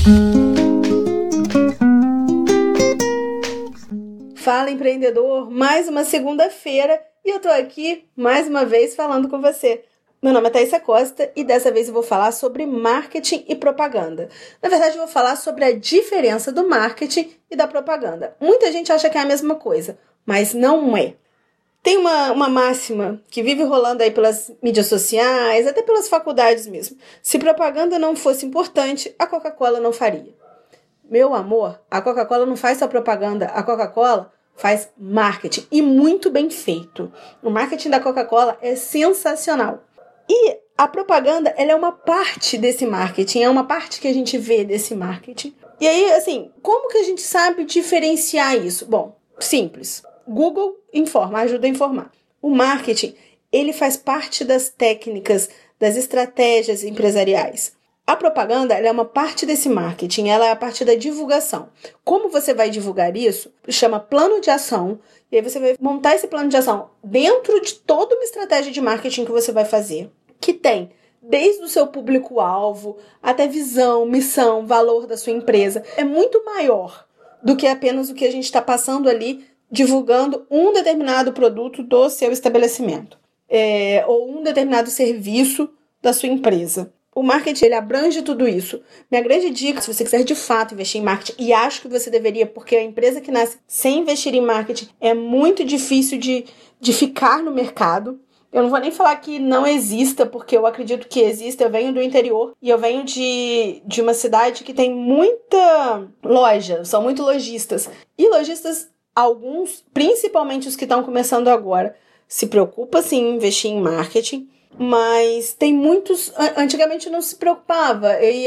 Fala, empreendedor! Mais uma segunda-feira e eu tô aqui mais uma vez falando com você. Meu nome é Thaisa Costa e dessa vez eu vou falar sobre marketing e propaganda. Na verdade, eu vou falar sobre a diferença do marketing e da propaganda. Muita gente acha que é a mesma coisa, mas não é. Tem uma máxima que vive rolando aí pelas mídias sociais, até pelas faculdades mesmo. Se propaganda não fosse importante, a Coca-Cola não faria. Meu amor, a Coca-Cola não faz só propaganda, a Coca-Cola faz marketing e muito bem feito. O marketing da Coca-Cola é sensacional. E a propaganda, ela é uma parte desse marketing, é uma parte que a gente vê desse marketing. E aí, assim, como que a gente sabe diferenciar isso? Bom, simples. Google informa, ajuda a informar. O marketing, ele faz parte das técnicas, das estratégias empresariais. A propaganda, ela é uma parte desse marketing, ela é a parte da divulgação. Como você vai divulgar isso? Chama plano de ação, e aí você vai montar esse plano de ação dentro de toda uma estratégia de marketing que você vai fazer, que tem desde o seu público-alvo até visão, missão, valor da sua empresa. É muito maior do que apenas o que a gente está passando ali divulgando um determinado produto do seu estabelecimento, ou um determinado serviço da sua empresa. O marketing, ele abrange tudo isso. Minha grande dica, se você quiser de fato investir em marketing, e acho que você deveria, porque a empresa que nasce sem investir em marketing é muito difícil de ficar no mercado. Eu não vou nem falar que não exista, porque eu acredito que exista. Eu venho do interior e eu venho de uma cidade que tem muita loja, são muito lojistas. E lojistas, alguns, principalmente os que estão começando agora, se preocupam sim em investir em marketing, mas tem muitos, antigamente não se preocupava, e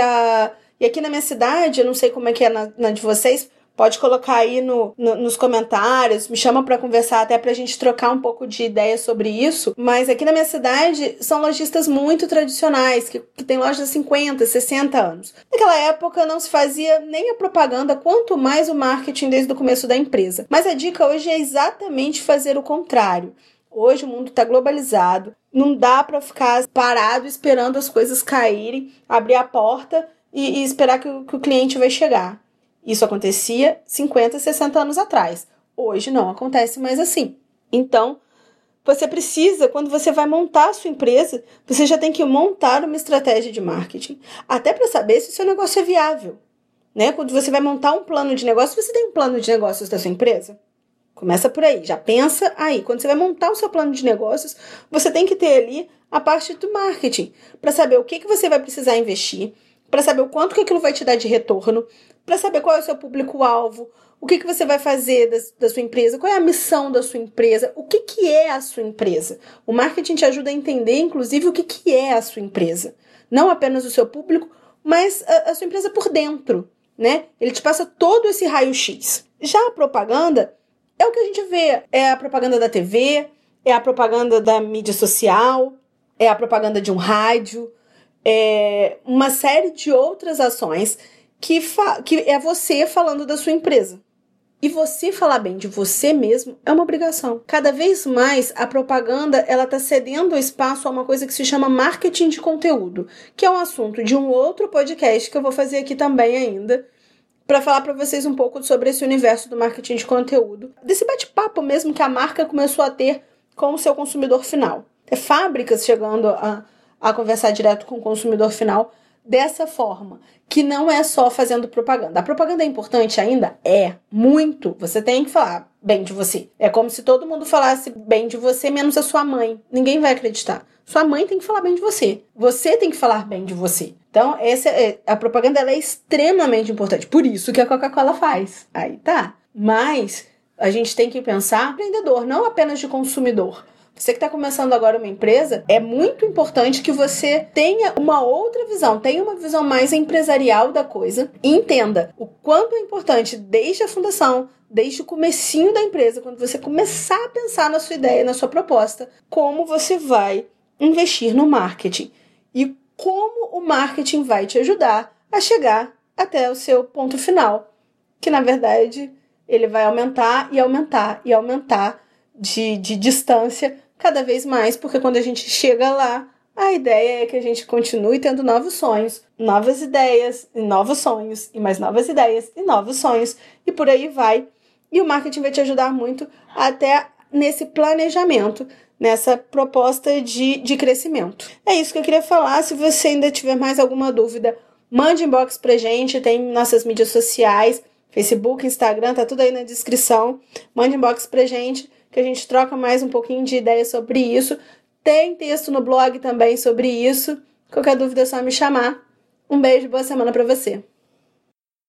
aqui na minha cidade, eu não sei como é que é na de vocês, pode colocar aí nos comentários, me chama para conversar, até pra gente trocar um pouco de ideia sobre isso, mas aqui na minha cidade são lojistas muito tradicionais, que tem lojas de 50, 60 anos. Naquela época não se fazia nem a propaganda, quanto mais o marketing desde o começo da empresa. Mas a dica hoje é exatamente fazer o contrário. Hoje o mundo está globalizado, não dá para ficar parado esperando as coisas caírem, abrir a porta e esperar que o cliente vai chegar. Isso acontecia 50, 60 anos atrás. Hoje não acontece mais assim. Então, você precisa, quando você vai montar a sua empresa, você já tem que montar uma estratégia de marketing, até para saber se o seu negócio é viável, né? Quando você vai montar um plano de negócio, você tem um plano de negócios da sua empresa? Começa por aí, já pensa aí. Quando você vai montar o seu plano de negócios, você tem que ter ali a parte do marketing, para saber o que você vai precisar investir, para saber o quanto que aquilo vai te dar de retorno, para saber qual é o seu público-alvo, o que você vai fazer da sua empresa, qual é a missão da sua empresa, o que é a sua empresa. O marketing te ajuda a entender, inclusive, o que é a sua empresa. Não apenas o seu público, mas a sua empresa por dentro, né? Ele te passa todo esse raio-x. Já a propaganda é o que a gente vê, é a propaganda da TV, é a propaganda da mídia social, é a propaganda de um rádio, é uma série de outras ações que é você falando da sua empresa. E você falar bem de você mesmo é uma obrigação. Cada vez mais a propaganda ela está cedendo espaço a uma coisa que se chama marketing de conteúdo, que é um assunto de um outro podcast que eu vou fazer aqui também ainda, para falar para vocês um pouco sobre esse universo do marketing de conteúdo, desse bate-papo mesmo que a marca começou a ter com o seu consumidor final. É fábricas chegando a conversar direto com o consumidor final dessa forma, que não é só fazendo propaganda. A propaganda é importante ainda? É, muito. Você tem que falar bem de você. É como se todo mundo falasse bem de você, menos a sua mãe. Ninguém vai acreditar. Sua mãe tem que falar bem de você. Você tem que falar bem de você. Então, a propaganda ela é extremamente importante. Por isso que a Coca-Cola faz. Aí tá. Mas a gente tem que pensar empreendedor, não apenas de consumidor. Você que está começando agora uma empresa, é muito importante que você tenha uma outra visão, tenha uma visão mais empresarial da coisa e entenda o quanto é importante desde a fundação, desde o comecinho da empresa, quando você começar a pensar na sua ideia, na sua proposta, como você vai investir no marketing e como o marketing vai te ajudar a chegar até o seu ponto final, que na verdade ele vai aumentar e aumentar e aumentar de distância cada vez mais, porque quando a gente chega lá, A ideia é que a gente continue tendo novos sonhos, novas ideias e novos sonhos, e mais novas ideias e novos sonhos, e por aí vai. E o marketing vai te ajudar muito até nesse planejamento, nessa proposta de crescimento. É isso que eu queria falar. Se você ainda tiver mais alguma dúvida, mande inbox pra gente, tem nossas mídias sociais, Facebook, Instagram, tá tudo aí na descrição. Mande inbox pra gente, que a gente troca mais um pouquinho de ideias sobre isso. Tem texto no blog também sobre isso. Qualquer dúvida é só me chamar. Um beijo, boa semana pra você.